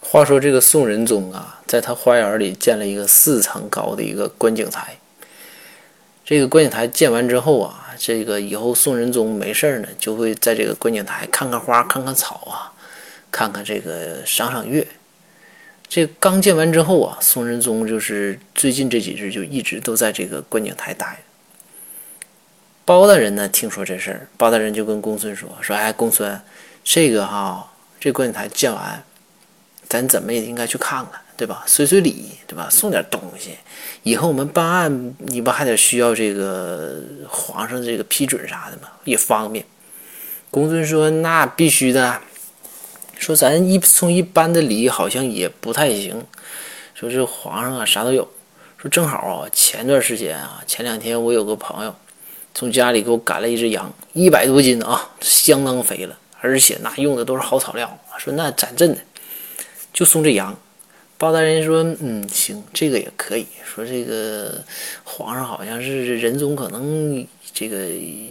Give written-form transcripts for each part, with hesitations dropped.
话说这个宋仁宗啊，在他花园里建了一个4层高的一个观景台。这个观景台建完之后啊，这个以后宋仁宗没事呢，就会在这个观景台看看花、看看草啊，看看这个赏赏月。这个刚建完之后啊，宋仁宗就是最近这几日就一直都在这个观景台待。包大人呢，听说这事儿，包大人就跟公孙说：“哎，公孙，这观景台建完。”咱怎么也应该去看看，对吧？随随礼，对吧？送点东西，以后我们办案，你不还得需要这个皇上这个批准啥的吗？也方便。公孙说：“那必须的。说咱送一般的礼好像也不太行。说这皇上啊啥都有。说正好啊，前段时间啊，前2天我有个朋友从家里给我赶了一只羊，100多斤啊，相当肥了，而且那用的都是好草料。说那咱真的。”就送这羊。包大人说：“行，这个也可以。说这个皇上好像是仁宗，可能这个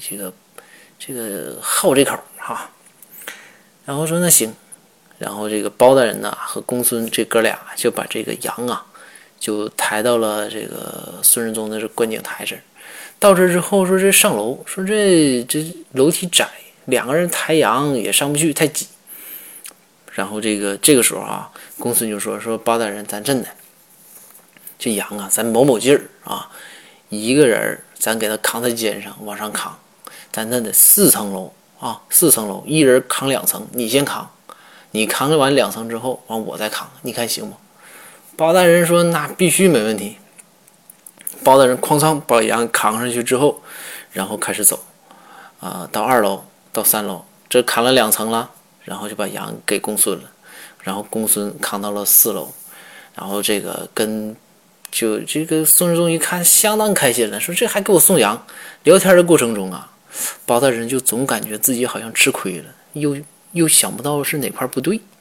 好这口哈。”然后说那行，然后这个包大人呐和公孙这哥俩就把这个羊啊就抬到了这个孙仁宗的这观景台这儿。到这之后说这上楼，说这楼梯窄，2个人抬羊也上不去，太挤。然后这个时候啊，公孙就说包大人，咱真的这羊啊，咱卯劲儿啊，一个人咱给他扛在肩上往上扛，咱真的4层楼啊，4层楼，一人扛2层，你先扛，你扛完2层之后，完我再扛，你看行吗？包大人说那必须没问题。包大人哐当把羊扛上去之后，然后开始走到2楼到3楼，这扛了2层了。然后就把羊给公孙了，然后公孙扛到了4楼，然后这个宋仁宗一看相当开心了，说这还给我送羊。聊天的过程中啊，包大人就总感觉自己好像吃亏了，又想不到是哪块不对。